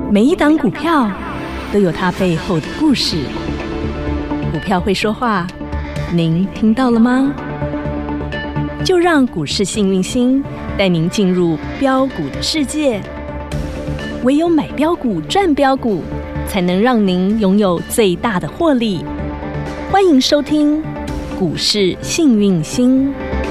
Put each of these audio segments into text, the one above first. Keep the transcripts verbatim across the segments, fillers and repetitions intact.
每一档股票都有它背后的故事。股票会说话，您听到了吗？就让股市幸运星带您进入标股的世界。唯有买标股赚标股，才能让您拥有最大的获利。欢迎收听股市幸运星。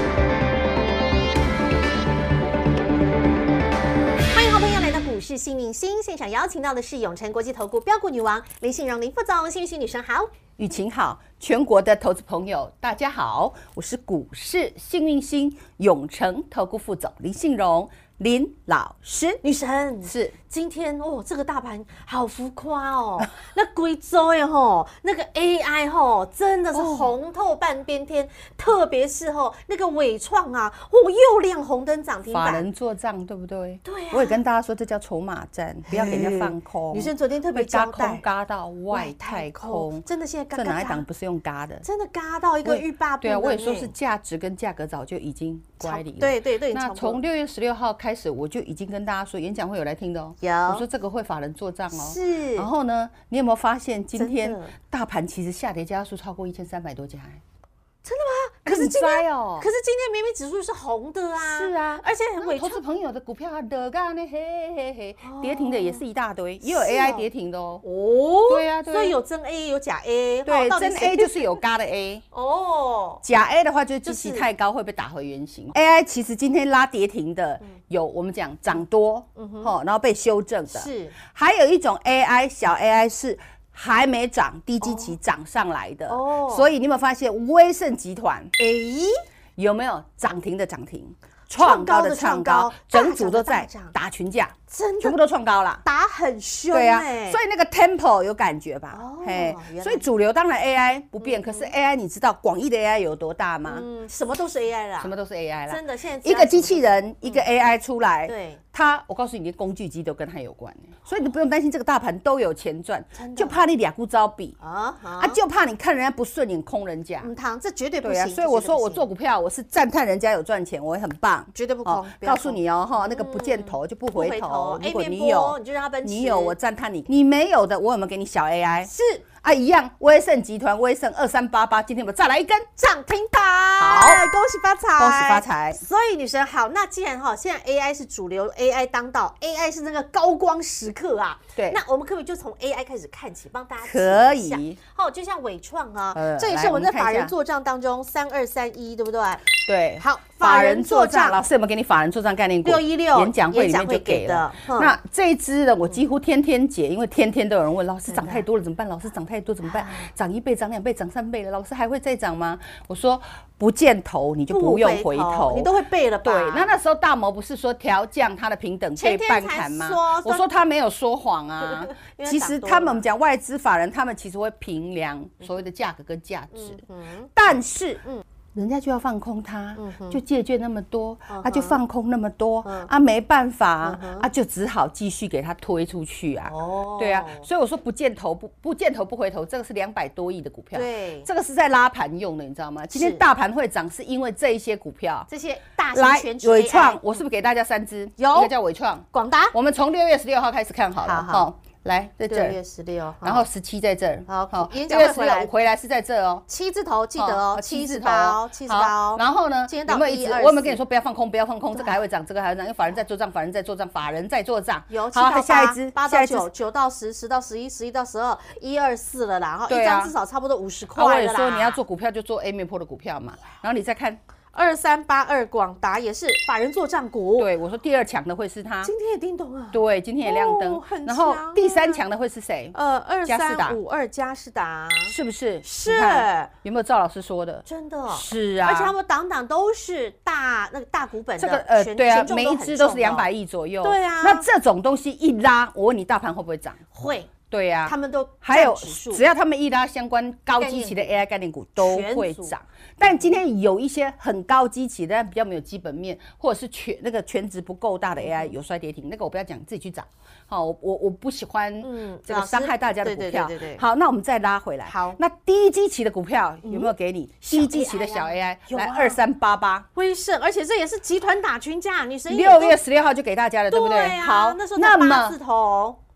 是幸运星现场邀请到的是永诚国际投顾标股女王林信荣林副总，幸运星女神好， 雨晴好，全国的投资朋友大家好，我是股市幸运星永诚投顾副总林信荣林老师。 女神是今天哦，这个大盘好浮夸哦，那贵州耶吼，那个 A I 吼真的是红透半边天，哦、特别是吼那个伟创啊，哦又亮红灯涨停板， 法人做账对不对？ 对啊， 我也跟大家说，这叫筹码战，不要给人家放空。 女生昨天特别交代， 空嘎到外太空， 真的现在嘎嘎这哪一档不是用嘎的？ 真的嘎到一个欲罢不能。 对啊，我也说是价值跟价格早就已经乖离了。 对对对， 那从六月十六号开始，我就已经跟大家说，演讲会有来听的哦。 有， 我说这个会法人做账哦。 是。 然后呢，你有没有发现今天大盘其实下跌家数超过一千三百多家？ 真的吗？可是今天哦， 可是今天明明指数是红的啊。 是啊， 而且很伟创。 投资朋友的股票啊，的干呢，嘿嘿嘿，跌停的也是一大堆，也有 A I 跌停的哦。 哦， 对啊， 所以有真 A 有假 A。 对，真 A 就是有嘎的 A。哦，假 A 的话就是基期太高会被打回原形。A I 其实今天拉跌停的有我们讲涨多，哦，然后被修正的。是，还有一种 A I 小 A I 是。还没涨，低基期涨上来的，哦，所以你有没有发现威盛集团，哎，有没有涨停的涨停，创高的创高，整组都在打群架，真的全部都创高了， 打很凶， 对啊，所以那个 tempo 有感觉吧？哦，嘿，所以主流当然 A I 不变，可是 A I 你知道广义的 A I 有多大吗？ 嗯，什么都是 A I 啦， 什么都是 A I 啦， 真的，现在一个机器人，一个 A I 出来， 对。 它，我告诉你，连工具机都跟它有关，所以你不用担心这个大盘都有钱赚，就怕你俩股招比啊啊，就怕你看人家不顺眼空人家。 嗯，汤这绝对不行。 对啊，所以我说我做股票，我是赞叹人家有赚钱，我也很棒， 绝对不空。 告诉你哦，哈，那个不见头就不回头。 如果你有，你就让它奔驰。 你有，我赞叹你；你没有的，我有没有给你小 A I？ 是。 啊，一样，威盛集团威盛二三八八，今天我们再来一根涨停板， 好， 恭喜发财， 恭喜发财。 所以女神好，那既然哈，现在 A I 是主流 ，A I 当道 ，A I 是那个高光时刻啊。 对， 那我们可不可以就从 A I 开始看起，帮大家可以。 好，就像伟创啊，呃、这也是我们在法人做账当中三二三一，对不对？ 对， 好， 法人做账，老师有没有给你法人做账概念股？ 六一六演讲会里面就给了。那这一支呢，我几乎天天解，因为天天都有人问，老师涨太多了怎么办？老师涨太多怎么办？涨一倍、涨两倍、涨三倍了，老师还会再涨吗？我说不见头你就不用回头， 你都会背了吧？ 对，那那时候大摩不是说调降它的平等被半砍吗？我说他没有说谎啊，其实他们我们讲外资法人，他们其实会评量所谓的价格跟价值，但是嗯。人家就要放空它，嗯、就借券那么多，嗯、啊，就放空那么多，嗯、啊，没办法啊，嗯、啊，就只好继续给它推出去啊。哦，对啊，所以我说不见头不不见头不回头，这个是两百多亿的股票，对，这个是在拉盘用的，你知道吗？今天大盘会涨，是因为这一些股票， 这些大型全职 A I。 伟创，我是不是给大家三只？ 有， 一个叫伟创， 广达， 我们从六月十六号开始看好了，好。好来，在这儿， 六月十六， 然后十七在这儿， 好，好， 六月十六回来是在这哦， 七字头记得哦，七字头，七字头， 然后呢， 有没有一直？我有没有跟你说不要放空，不要放空，这个还会涨，这个还会涨，因为法人在做账，法人在做账，法人在做账。 有， 好，下一支， 八到九，九到十，十到十一，十一到十二，一二四了啦，然后一张至少差不多五十块了啦。 我也说你要做股票就做 A 面波的股票嘛，然后你再看。 二三八二广达也是法人做账股， 对我说第二强的会是它， 今天也叮咚啊， 对，今天也亮灯，然后第三强的会是谁？ 呃，二三五二佳士达， 是不是？ 是， 有没有赵老师说的？ 真的是啊， 而且他们档档都是大那个大股本的， 这个呃，对啊，每一只都是两百亿左右， 对啊， 那这种东西一拉，我问你，大盘会不会涨？ 会。 对呀、啊， 他们都还有只要他们一拉相关高基期的 A I 概念股都会涨，但今天有一些很高基期的，但比较没有基本面，或者是全那个全值不够大的 A I 有衰跌停，那个我不要讲，自己去找。好，我我我不喜欢这个伤害大家的股票。 对对对对。 好，那我们再拉回来。 好， 那低基期的股票有没有给你？低基期的小 A I 来二三八八， 威盛，而且这也是集团打群架，女神六月十六号就给大家了，对不对？ 好，那时候才八字头。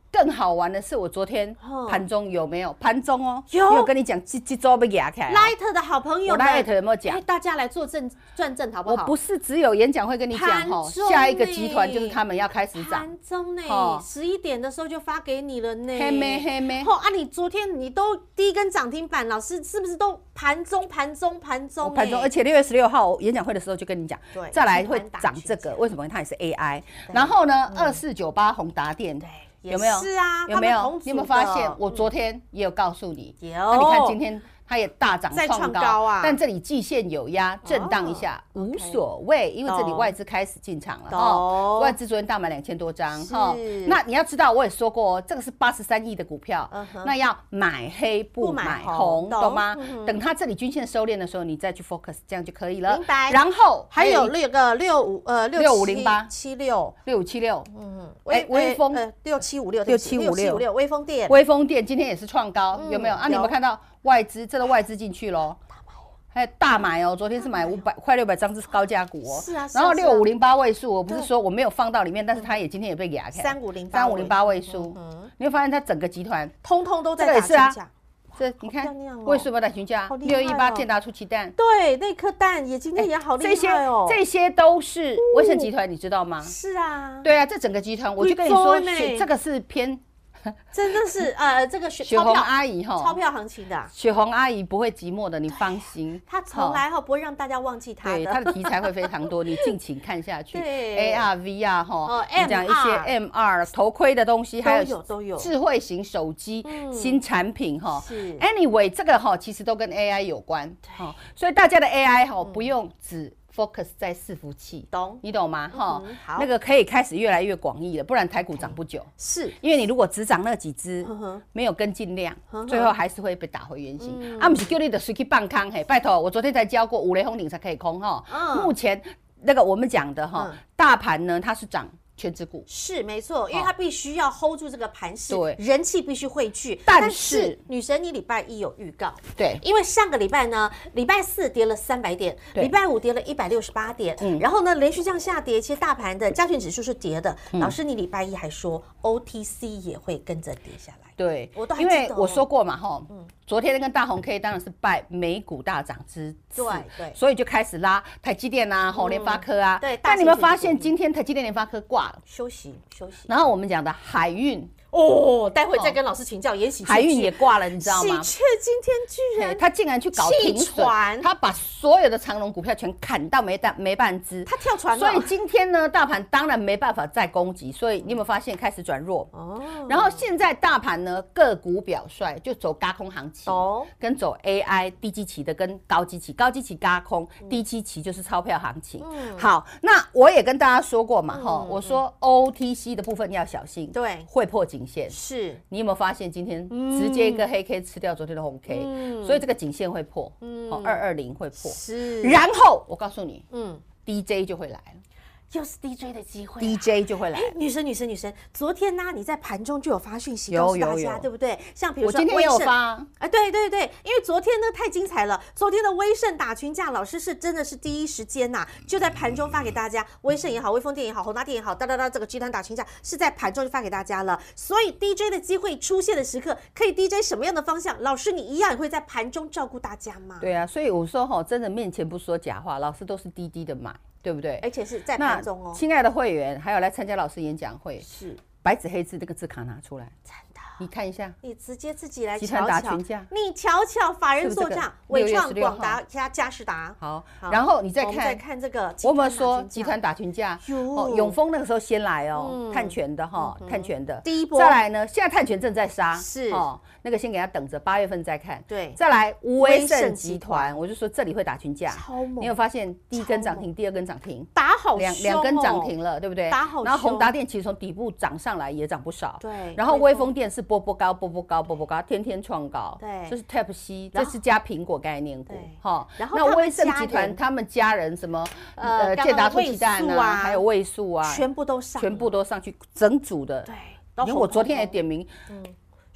更好玩的是，我昨天盘中有没有盘中哦？ 有， 有跟你讲，这这周被压开。 Light 的好朋友我 Light 有没有讲？ 大家来做证转正好不好？ 我不是只有演讲会跟你讲哈，下一个集团就是他们要开始涨。 盘中呢，十一点的时候就发给你了呢。 黑妹黑妹。 哦，啊，你昨天你都第一根涨停板，老师是不是都盘中盘中盘中？ 盘中，而且六月十六号演讲会的时候就跟你讲，再来会涨这个，为什么？它也是 A I。然后呢，二四九八宏达电。有没有？ 是啊， 有没有？你有没有发现？我昨天也有告诉你， 有。 那你看今天它也大涨创高啊， 但这里季线有压，震荡一下无所谓，因为这里外资开始进场了哦。外资昨天大买两千多张哈。那你要知道，我也说过，这个是八十三亿的股票，那要买黑不买红，懂吗？等它这里均线收敛的时候，你再去 focus， 这样就可以了。 明白。 然后还有那个六五呃六五零八七六六五七六，嗯，哎，微风六七五六六七五六六微风电， 微风电今天也是创高，有没有啊？你有没有看到外资？这个外资进去喽，还有大买哦，昨天是买五百快六百张，这是高价股哦。 是啊， 然后六五零八位数，我不是说我没有放到里面，但是它也今天也被压开。 三五零三五零八位数，你会发现它整个集团通通都在打群架。 这你看，为什么打群架？六一八建达出奇蛋， 对，那颗蛋也今天也好厉害哦。 这些都是威盛集团，你知道吗？ 是啊， 对啊，这整个集团，我就跟你说，这个是偏。 真的是呃，这个雪红阿姨哈， 钞票行情的雪红阿姨不会寂寞的，你放心， 她从来哈不会让大家忘记她的， 对，她的题材会非常多，你敬请看下去。 对 ，A R V R 哈， 你讲一些 M R 头盔的东西，还有都有智慧型手机新产品哈。Anyway， 这个哈其实都跟 A I 有关，哈，所以大家的 A I 哈不用只。focus 在伺服器， 懂你懂吗？哈、嗯，那个可以开始越来越广义了，不然台股涨不久。 是因为你如果只涨那几只，没有跟进量，最后还是会被打回原形。嗯、啊，不是叫你的随去放空嘿，拜托，我昨天才教过五雷轰顶才可以空哈。嗯、目前那个我们讲的哈，嗯、大盘呢它是涨。全指股是没错，因为它必须要 hold 住这个盘势， 对， 人气必须汇聚。 但是女神，你礼拜一有预告， 对， 因为上个礼拜呢，礼拜四跌了三百点，礼拜五跌了一百六十八点，嗯，然后呢连续这样下跌，其实大盘的加权指数是跌的。嗯、老师，你礼拜一还说 O T C 也会跟着跌下来， 对， 我都还因为我说过嘛，哈，嗯。昨天那根大红 K 当然是拜美股大涨之赐， 对对， 所以就开始拉台积电啊、吼联发科啊。对，但你有没有发现今天台积电、联发科挂了， 休息休息。 然后我们讲的海运哦，待会再跟老师请教。延禧海运也挂了，你知道吗？ 喜鹊今天居然他竟然去搞停损，他把所有的长荣股票全砍到没半没半只， 他跳船了。 所以今天呢，大盘当然没办法再攻击，所以你有没有发现开始转弱？哦。然后现在大盘呢，个股表率就走轧空行情。哦，跟走 A I 低基期的跟高基期，高基期轧空，低基期就是钞票行情。嗯，好，那我也跟大家说过嘛，哈、嗯，我说 O T C 的部分要小心， 对， 会破颈线。 是， 你有没有发现今天直接一个黑 K 吃掉昨天的红 K，、嗯、所以这个颈线会破，嗯，二二零会破。 是， 然后我告诉你，嗯 ，D J 就会来了。 又是 D J 的机会、啊、 ，D J 就会来。 女生，女生，女生，昨天呢、啊，你在盘中就有发讯息告诉大家，对不对？像比如说， 我今天也有发啊， 对对对，因为昨天呢太精彩了，昨天的威盛打群架，老师是真的是第一时间呐、啊，就在盘中发给大家，威盛也好，威风电也好，宏达电也好，哒哒哒，这个集团打群架是在盘中就发给大家了。所以 D J 的机会出现的时刻，可以 D J 什么样的方向？老师，你一样也会在盘中照顾大家吗？ 对啊，所以我说哈，真的面前不说假话，老师都是滴滴的买。对不对？ 而且是在盘中哦。 亲爱的会员，还有来参加老师演讲会， 是白纸黑字那个字卡拿出来， 真的， 你看一下， 你直接自己来瞧瞧。 集团打群架， 你瞧瞧，法人做账，伟创、广达加嘉士达。 好，然后你再看， 再看这个， 我们说集团打群架，哦，永丰那个时候先来哦，碳权的哈，碳权的第一波。 再来呢，现在碳权正在杀， 是哦，那个先给他等着，八月份再看。 对， 再来威盛集团，我就说这里会打群架， 超猛。 你有发现第一根涨停，第二根涨停， 打好两两根涨停了，对不对？ 打好。 然后宏达电其实从底部涨上来也涨不少， 对。 然后威风电是波波高，波波高，波波高，天天创高， 对。 这是 Type C， 这是加苹果概念股，哈。 然后那威盛集团他们家人什么呃健达出奇蛋啊，还有位数啊， 全部都上， 全部都上去整组的， 对。 因为我昨天也点名，嗯。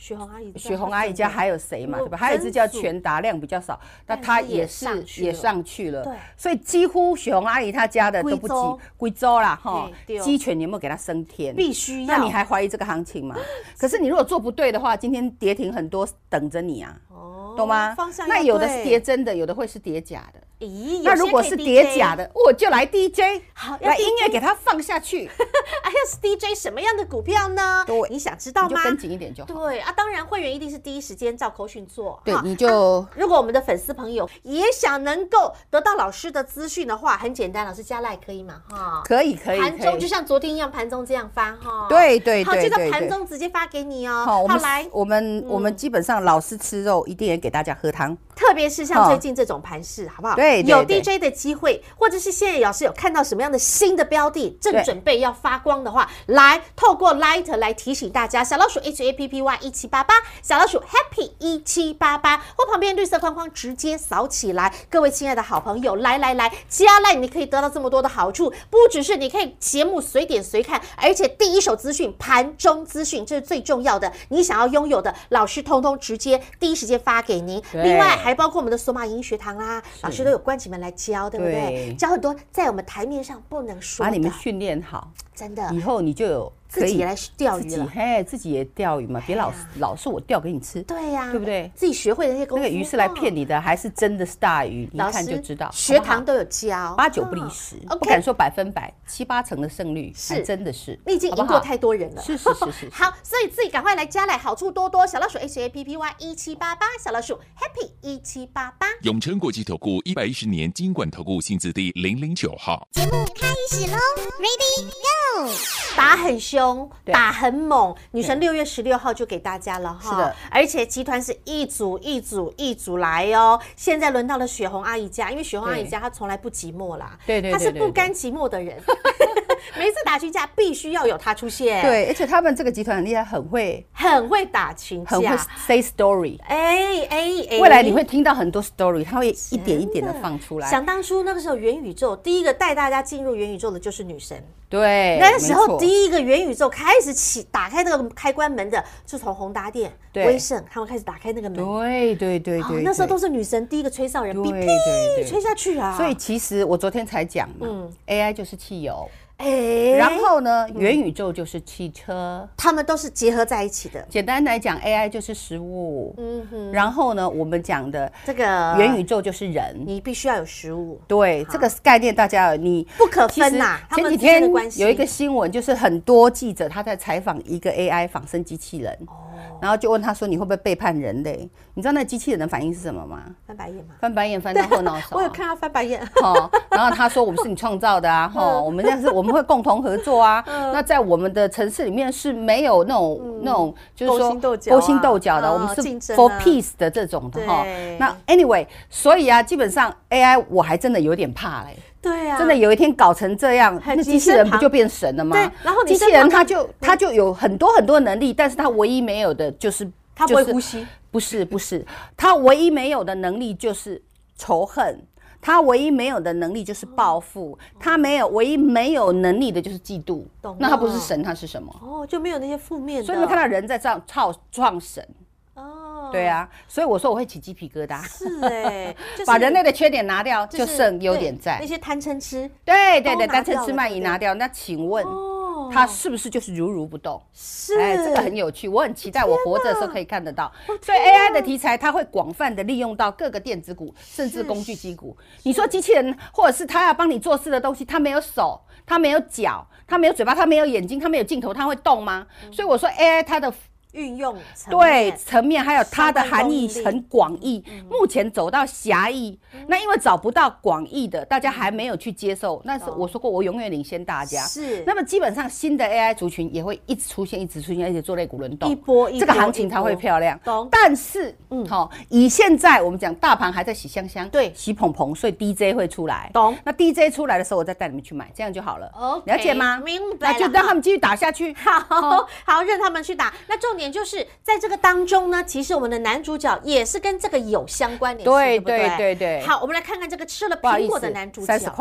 雪红阿姨， 雪红阿姨家还有谁嘛，对吧？还有一只叫全达，量比较少，那它也是也上去了。对，所以几乎雪红阿姨她家的都不及贵州啦，哈。鸡犬你有没有给它升天？ 必须要。 那你还怀疑这个行情吗？可是你如果做不对的话，今天跌停很多等着你啊。哦，懂吗？那有的是跌真的，有的会是跌假的。咦，那如果是叠假的，我就来 D J， 好，来音乐给它放下去。 哎呀，是 D J 什么样的股票呢？对，你想知道吗？ 你就跟紧一点就好。 对啊，当然会员一定是第一时间照口讯做。 对，你就、 啊、如果我们的粉丝朋友也想能够得到老师的资讯的话，很简单，老师加赖可以吗？哈， 可以可以。 盘中就像昨天一样，盘中这样发哈。 对对对对。 好，就在盘中直接发给你哦。 好，我们来，我们、嗯、我们基本上老师吃肉，一定也给大家喝汤。 特别是像最近这种盘势，好不好？对，有 D J 的机会，或者是现在老师有看到什么样的新的标的，正准备要发光的话，来透过 Light 来提醒大家，小老鼠 H A P P Y 一七八八，小老鼠 Happy 一七八八，或旁边绿色框框直接扫起来。各位亲爱的好朋友，来来来，加赖你可以得到这么多的好处，不只是你可以节目随点随看，而且第一手资讯、盘中资讯，这是最重要的。你想要拥有的，老师通通直接第一时间发给您。另外还包括我们的索马营学堂啦，老师都有关起门来教，对不对？教很多在我们台面上不能说的， 把你们训练好， 真的， 以后你就有自己来钓鱼了， 嘿，自己也钓鱼嘛，别老老是我钓给你吃， 对呀， 对不对？ 自己学会的那些功夫， 那个鱼是来骗你的，还是真的是大鱼？你一看就知道。 学堂都有教， 八九不离十，不敢说百分百，七八成的胜率是真的是。 你已经赢过太多人了， 是是是是。 好，所以自己赶快来加来，好处多多。小老鼠 H A P P Y 一七八八，小老鼠 Happy 一七八八。 永诚国际投顾一百一十年金管投顾新字第零零九号。 节目开始喽 ，Ready Go！ 打很凶，打很猛，女神六月十六号就给大家了哈。是的，而且集团是一组一组一组来哦。现在轮到了雪红阿姨家，因为雪红阿姨家她从来不寂寞啦，对对，她是不甘寂寞的人。每次打群架必须要有她出现。 对，而且他们这个集团很厉害，很会很会打群架， 很会 say story。 哎哎哎， 未来你会听到很多 story， 他会一点一点的放出来。 想当初那个时候元宇宙，第一个带大家进入元宇宙的就是女神。 对， 那时候第一个元宇宙开始起打开那个开关门的，是从宏达电、威盛他们开始打开那个门。 对对对对， 那时候都是女神第一个吹哨人，哔哔吹下去啊。 所以其实我昨天才讲嘛，嗯 ，A I 就是汽油。欸、然后呢，元宇宙就是汽车， 他们都是结合在一起的。 简单来讲 ，A I 就是食物，嗯哼。然后呢，我们讲的这个元宇宙就是人， 你必须要有食物。 对，这个概念大家你不可分呐、啊。 前几天有一个新闻，就是很多记者他在采访一个 A I 仿生机器人。哦。然后就问他说：“你会不会背叛人类？”你知道那机器人的反应是什么吗？ 翻白眼吗？ 翻白眼，翻到后脑勺。 我有看到翻白眼。 哦，然后他说：“我们是你创造的啊，哈，我们那是我们会共同合作啊。那在我们的城市里面是没有那种那种就是说勾心斗角的，我们是 for peace 的这种的哈。那 anyway， 所以啊，基本上 A I 我还真的有点怕嘞。” 对啊， 真的有一天搞成这样，那机器人不就变神了吗？ 对，然后机器人它就它就有很多很多能力，但是它唯一没有的就是它不会呼吸， 不是不是，它唯一没有的能力就是仇恨，它唯一没有的能力就是报复，它没有唯一没有能力的就是嫉妒。那它不是神，它是什么？ 哦，就没有那些负面的。 所以你们看到人在这样创创神。哦，对啊，所以我说我会起鸡皮疙瘩。 是哎， 把人类的缺点拿掉，就剩优点在。 那些贪嗔痴， 对对对，贪嗔痴慢疑拿掉。那请问，他是不是就是如如不动？ 是， 哎，这个很有趣，我很期待我活着的时候可以看得到。所以 A I 的题材，它会广泛的利用到各个电子股，甚至工具机股。你说机器人，或者是他要帮你做事的东西，他没有手，他没有脚，他没有嘴巴，他没有眼睛，他没有镜头，他会动吗？所以我说 A I 它的运用对层面还有它的含义很广义，目前走到狭义，那因为找不到广义的，大家还没有去接受。那是我说过，我永远领先大家。是，那么基本上新的 A I 族群也会一直出现，一直出现，而且做类股轮动， 一波一波， 这个行情才会漂亮。但是，嗯，好，以现在我们讲大盘还在洗香香，对，洗捧捧，所以 D J 会出来。懂？那 D J 出来的时候，我再带你们去买，这样就好了。了解吗？ 明白。 那就让他们继续打下去。 好，好，任他们去打。那重点就是在这个当中呢，其实我们的男主角也是跟这个有相关联系，对对对对。 好，我们来看看这个吃了苹果的男主角， 三十块了。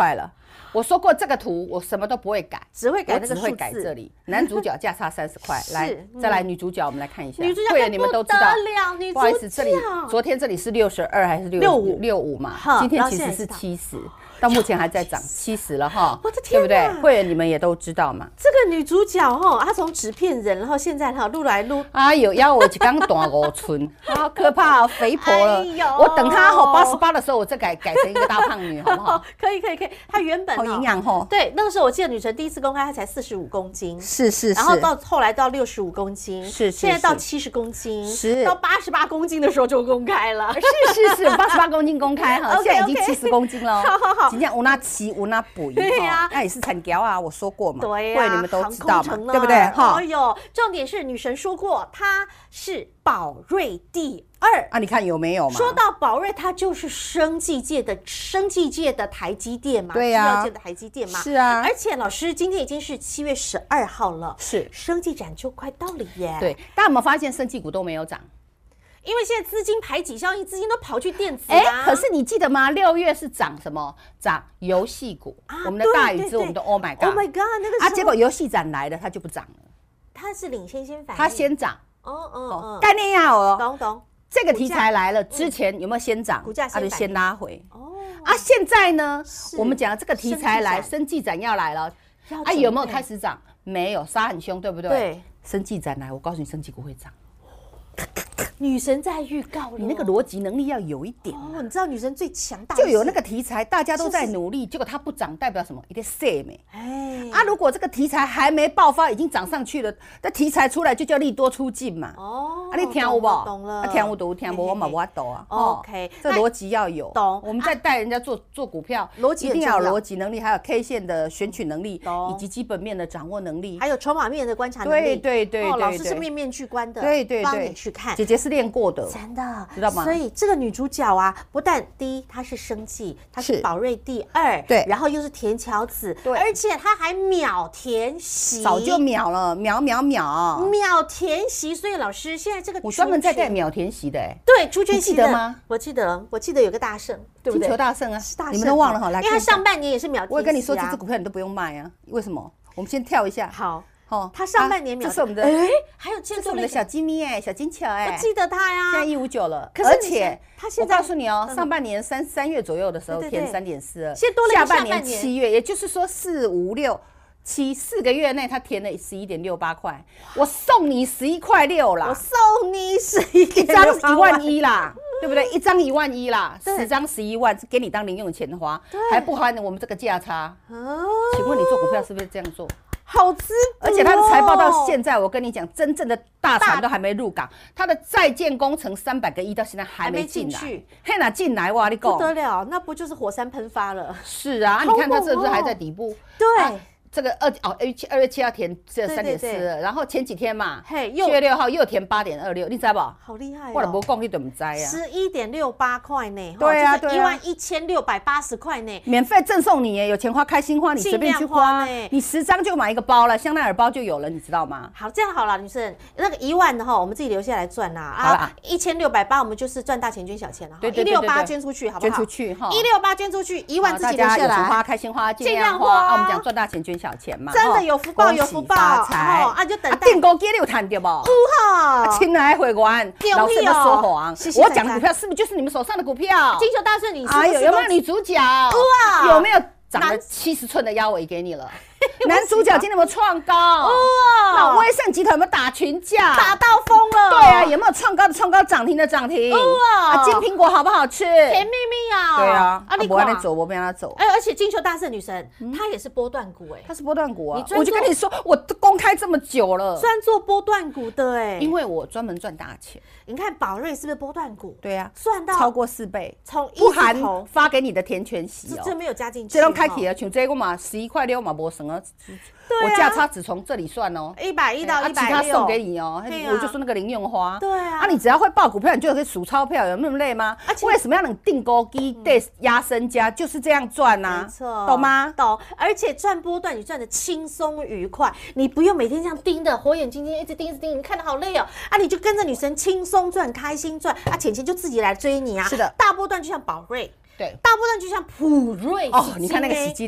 我说过这个图我什么都不会改， 只会改那个数字， 我只会改这里。男主角价差三十块，来再来女主角，我们来看一下。 女主角会员你们都知道， 不不好意思，这里昨天这里是六十二还是六五六五嘛？今天其实是七十。到目前还在涨七十了哈， 我的天， 对不对？会员你们也都知道嘛。 这个女主角哈，她从纸片人，然后现在哈撸来撸， 哎呦，要我一刚大五寸，好可怕哦，肥婆了。 哎呦， 我等她哈八十八的时候，我再改改成一个大胖女，好不好？ 可以可以可以，她原本好营养哦。 对，那个时候我记得女神第一次公开，她才四十五公斤， 是是是， 然后到后来到六十五公斤， 是是， 现在到七十公斤， 是到八十八公斤的时候就公开了， 是是是，八十八公斤公开哈，现在已经七十公斤了。 好好好， 今天我那七。我那补对呀， 那也是产条啊，我说过嘛， 对呀， 你们都知道嘛，对不对？哈， 哎呦，重点是女神说过，她是宝瑞第二啊，你看有没有嘛？ 说到宝瑞，它就是生技界的生技界的台积电嘛， 对呀， 制药界的台积电嘛， 是啊。 而且老师今天已经是七月十二号了， 是生技展就快到了耶。 对，大家有没有发现生技股都没有涨？ 因为现在资金排挤效应，资金都跑去电子啦。 哎，可是你记得吗？六月是涨什么？涨游戏股，我们的大宇宙，我们的 Oh my God， Oh my God， 那个啊，结果游戏展来了，它就不涨了。 它是领先先反应， 它先涨。 哦哦哦， 概念要哦， 懂懂。 这个题材来了之前有没有先涨？ 股价它就先拉回。 哦。 啊，现在呢，我们讲这个题材来，生技展要来了，啊，有没有开始涨？没有，杀很凶，对不对？ 对。 生技展来，我告诉你，生技股会涨。 女神在预告了， 你那个逻辑能力要有一点哦。你知道女神最强大就有那个题材，大家都在努力，结果它不涨，代表什么？一定衰没。哎，啊，如果这个题材还没爆发，已经涨上去了，那题材出来就叫利多出尽嘛。哦，啊，你听有不？ 懂了。 啊，听有懂，听无我嘛无法懂啊。 OK， 这逻辑要有。 懂。 我们在带人家做做股票， 逻辑一定要有逻辑能力，还有 K 线的选取能力，以及基本面的掌握能力， 还有筹码面的观察能力。 对对对对， 老师是面面俱观的， 对对对， 帮你去看。 姐姐是练过的。 真的， 知道吗？ 所以这个女主角啊，不但第一她是生技，她是宝瑞第二， 对， 然后又是田乔子， 对， 而且她还秒填息， 早就秒了，秒秒秒， 秒填息。所以老师现在这个我专门在带秒填息的，哎， 对，朱娟记得吗？ 我记得，我记得有个大胜，对不对？ 金球大胜啊， 是大胜， 你们都忘了哈，来， 因为它上半年也是秒填息啊。 我跟你说，这支股票你都不用卖啊，为什么？我们先跳一下， 好。哦，他上半年秒， 这是我们的， 哎，还有这是我们的小机咪哎，小金球哎， 我记得他呀， 现在一五九了， 可是而且他现在， 我告诉你哦，上半年三三月左右的时候填三点四二， 现在多了下半年七月，也就是说四五六七四个月内他填了十一点六八块，我送你十一块六啦， 我送你十一一张一万一啦。对不对？一张一万一啦，十张十一万，给你当零用钱花，还不含我们这个价差。哦，请问你做股票是不是这样做？ 好滋补， 而且它的财报到现在，我跟你讲，真正的大厂都还没入港，它的在建工程三百个亿到现在还没进来，嘿哪进来哇？你讲不得了，那不就是火山喷发了？ 是啊，你看它是不是还在底部？ 对。 这个二哦二月七二月七号填这三点四二，然后前几天嘛，嘿，七月六号又填八点二六，你知道不？ 好厉害！ 我都没讲，你怎么知啊？ 十一点六八块呢？ 对啊，对啊， 一万一千六百八十块呢， 免费赠送你耶！有钱花开心花，你随便去花，你十张就买一个包了，香奈儿包就有了，你知道吗？ 好，这样好了，女生，那个一万的哈，我们自己留下来赚啦啊！一千六百八，我们就是赚大钱捐小钱了， 对对对， 一六八捐出去，好不好？ 捐出去哈， 一六八捐出去，一万自己留下来。 有钱花开心花，尽量花啊！我们讲赚大钱捐小钱嘛， 真的。有福报，有福报， 发财啊！就等待订购机你有谈对不？有哈， 亲爱的会员，老师的说谎，我讲的股票是不是就是你们手上的股票？ 金球大胜，你哎呦，有没有女主角？哇，有没有长了七十寸的腰围给你了？男主角今天有没有创高？哇！威盛集团有没有打群架？ 打到疯了！ 对啊，有没有创高的创高，涨停的涨停？哇！金苹果好不好吃？ 甜蜜蜜啊！ 对啊，啊，我让你走，我不让他走。 哎，而且金球大胜女神，她也是波段股哎， 她是波段股啊！我就跟你说，我都公开这么久了， 专做波段股的哎， 因为我专门赚大钱。 你看宝瑞是不是波段股？ 对啊， 赚到超过四倍， 从不含发给你的填权息哦， 这没有加进去， 这都开启了，像这个嘛，十一块六嘛，没省啊。我价差只从这里算哦， 一百一到一百六，其他送给你哦。我就说那个零用花。 对啊， 啊，你只要会报股票，你就可以数钞票，有那么累吗？为什么要能定钩机对压身家，就是这样赚呐？ 没错， 懂吗？ 懂。而且赚波段，你赚的轻松愉快，你不用每天这样盯的火眼金睛，一直盯一直盯，你看得好累哦。啊，你就跟着女神轻松赚，开心赚，啊，钱钱就自己来追你啊。 是的， 大波段就像宝瑞。 对， 大波段就像普瑞哦，你看那个洗机呢？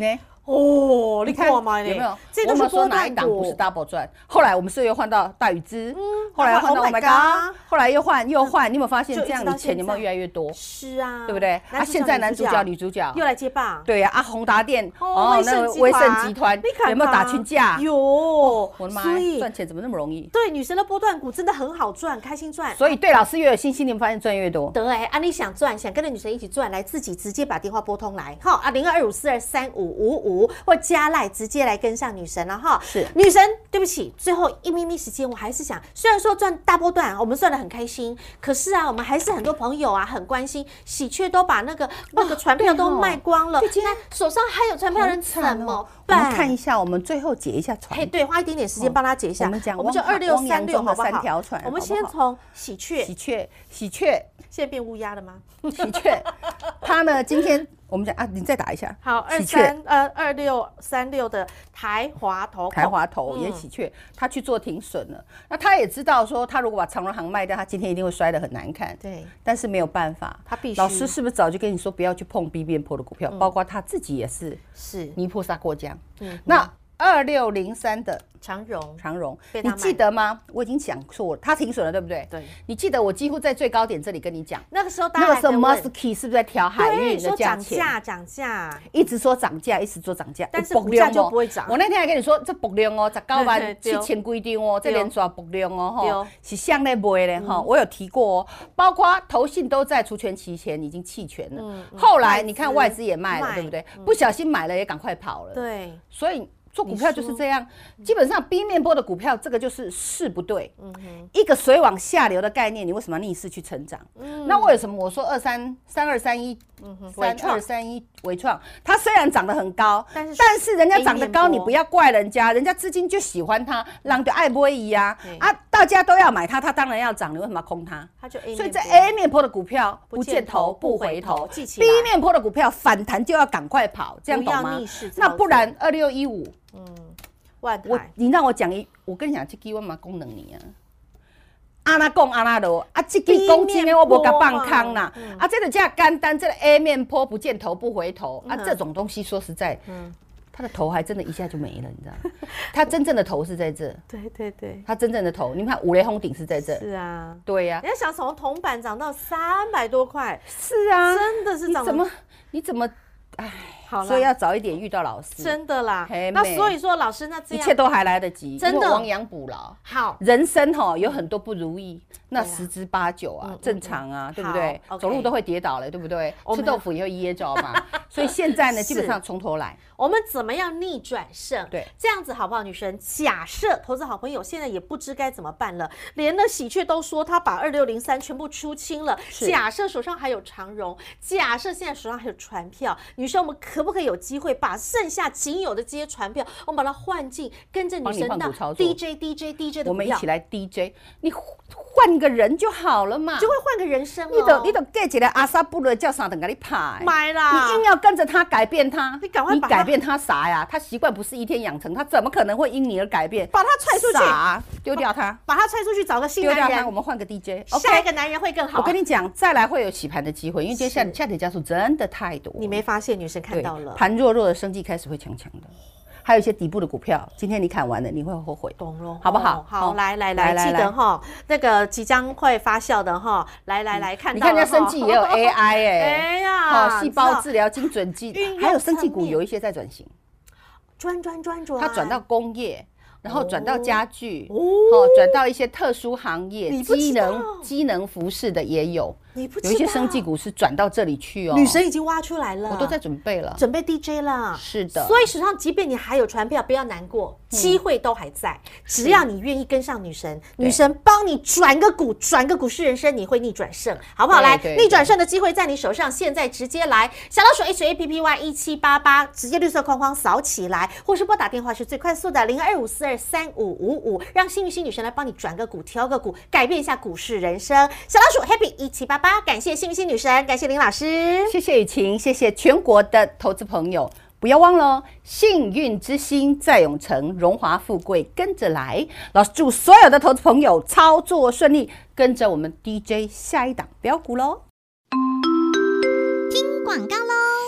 哦， 你看有没有？ 这都是说哪一档不是 double 赚？后来我们是又换到大禹之，后来又换到 Oh my God， 后来又换又换，你有没有发现这样你钱有没有越来越多？ 是啊， 对不对？啊，现在男主角、女主角又来接棒， 对呀，啊，宏达电哦，那个威盛集团有没有打群架？ 有， 我的妈，赚钱怎么那么容易？ 对，女神的波段股真的很好赚，开心赚。 所以对老师越有信心，你们发现赚越多。 对，啊，你想赚，想跟着女神一起赚，来自己直接把电话拨通来，哈啊，零二二五四二三五五五或加赖直接来跟上女神了哈。 是女神，对不起，最后一咪咪时间，我还是想，虽然说赚大波段，我们赚得很开心，可是啊，我们还是很多朋友啊很关心，喜鹊都把那个那个船票都卖光了，那手上还有船票人怎么办？ 我们看一下，我们最后解一下船。 嘿，对，花一点点时间帮他解一下。 我们讲， 我们就二六三六，好不好？ 三条船， 我们先从喜鹊， 喜鹊，喜鹊， 现在变乌鸦了吗？ 喜鹊，它呢？今天我们讲啊，你再打一下。 好，二三呃二六三六的台华投， 台华投也喜鹊，他去做停损了。那他也知道说，他如果把长荣航卖掉，他今天一定会摔得很难看。 对， 但是没有办法， 他必须。 老师是不是早就跟你说不要去碰 B 面坡的股票？包括他自己也是， 是泥菩萨过江。那二六零三的长荣， 长荣，你记得吗？我已经讲错了，它停损了，对不对？ 对。 你记得我几乎在最高点这里跟你讲， 那个时候那个时候 Musky 是不是在调海运的价钱？ 涨价，涨价， 一直说涨价，一直说涨价， 但是股价就不会涨。 我那天还跟你说，这爆量哦，十九万七千几张哦，这连续爆量哦，哈，是向内卖的哈。我有提过哦，包括投信都在除权期前已经弃权了，后来你看外资也卖了，对不对？不小心买了也赶快跑了， 对， 所以。做股票就是这样，基本上 B 面波的股票，这个就是势不对，嗯、一个水往下流的概念，你为什么要逆势去成长？嗯、那为什么我说二三三二三一，三二三一伟创，它虽然涨得很高，但是但是人家涨得高，你不要怪人家，人家资金就喜欢它，让就爱不一呀啊，大家都要买它，它当然要涨，你为什么要空它？ 它就 A 所以这 A 面波的股票不见头不回头 ，B 面波的股票反弹就要赶快跑，这样懂吗？那不然二六一五。 嗯，万我你让我讲一，我跟你讲，这支我嘛讲两年啊，安那讲安那落啊，这支讲真的我无甲放空啦，嗯、啊，这个叫简单，这个 A 面坡不见头不回头、嗯、啊，这种东西说实在，嗯，它的头还真的一下就没了，你知道吗？它真正的头是在这， 对对对， 它真正的头，你看五雷轰顶是在这， 是啊， 对呀、啊， 你要想从铜板涨到三百多块， 是啊， 真的是涨， 你怎么你怎么？哎，所以要早一点遇到老师， 真的啦。那所以说，老师那这样一切都还来得及， 真的亡羊补牢。 好， 人生哈有很多不如意，那十之八九啊，正常啊，对不对？走路都会跌倒了，对不对？吃豆腐也会噎着嘛。所以现在呢，基本上从头来。 我们怎么样逆转胜？ 对， 这样子好不好？女生，假设投资好朋友现在也不知该怎么办了，连那喜鹊都说他把二六零三全部出清了。假设手上还有长荣，假设现在手上还有船票，女生，我们可不可以有机会把剩下仅有的这些船票，我们把它换进，跟着女生到 D J D J D J 的股票， 我们一起来 D J， 你换个人就好了嘛， 就会换个人生了。 你都你都 get 一个阿萨布鲁叫啥等给你拍， 买啦！ 你硬要跟着他改变他， 你赶快你改变他啥呀？他习惯不是一天养成，他怎么可能会因你而改变？ 把他踹出去，丢掉他， 把他踹出去，找个新男人。 丢掉他，我们换个 D J， 下一个男人会更好。 我跟你讲，再来会有洗盘的机会，因为接下来下跌加速真的太多。 你没发现女生看到了， 盘弱弱的生技开始会强强的。还有一些底部的股票，今天你砍完了，你会后悔， 懂了， 好不好？ 好，来来来，记得哈，那个即将会发酵的哈，来来来看， 你看人家生技也有 A I 哎， 哎呀， 细胞治疗精准剂，还有生技股有一些在转型， 转转转转， 它转到工业。然后转到家具，哦，转到一些特殊行业，机能机能服饰的也有， 你不有一些生技股是转到这里去哦。 女神已经挖出来了， 我都在准备了， 准备 D J 了。 是的， 所以手上即便你还有船票，不要难过，机会都还在，只要你愿意跟上女神，女神帮你转个股，转个股市人生，你会逆转胜，好不好？来，逆转胜的机会在你手上，现在直接来小老鼠 H A P P Y 一七八八，直接绿色框框扫起来，或是拨打电话是最快速的零二五四二三五五五，让幸运星女神来帮你转个股，挑个股，改变一下股市人生。小老鼠 Happy 一七八八，感谢幸运星女神，感谢林老师， 谢谢雨晴，谢谢全国的投资朋友。不要忘了哦，幸运之星在永城，荣华富贵跟着来。老师祝所有的投资朋友操作顺利，跟着我们 D J 下一档标股喽。 听广告喽。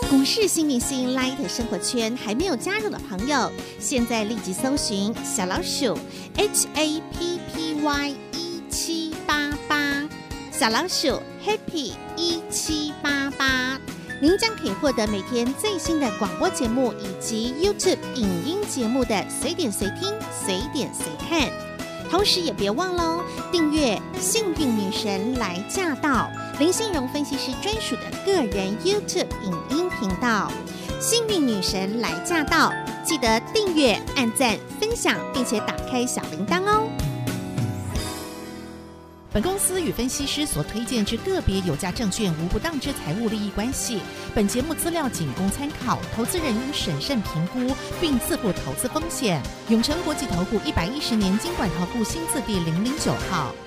股市新明星 Light 生活圈还没有加入的朋友，现在立即搜寻小老鼠 H A P P Y 一七八八，小老鼠 Happy 一七八八，您将可以获得每天最新的广播节目以及 YouTube 影音节目的随点随听、随点随看。同时也别忘喽，订阅幸运女神来驾到林信荣分析师专属的个人 YouTube 影音频道幸运女神来驾到，记得订阅、按赞、分享，并且打开小铃铛哦。 本公司与分析师所推荐之个别有价证券无不当之财务利益关系。本节目资料仅供参考，投资人应审慎评估并自负投资风险。永诚国际投顾一百一十年金管投顾新字第零零九号。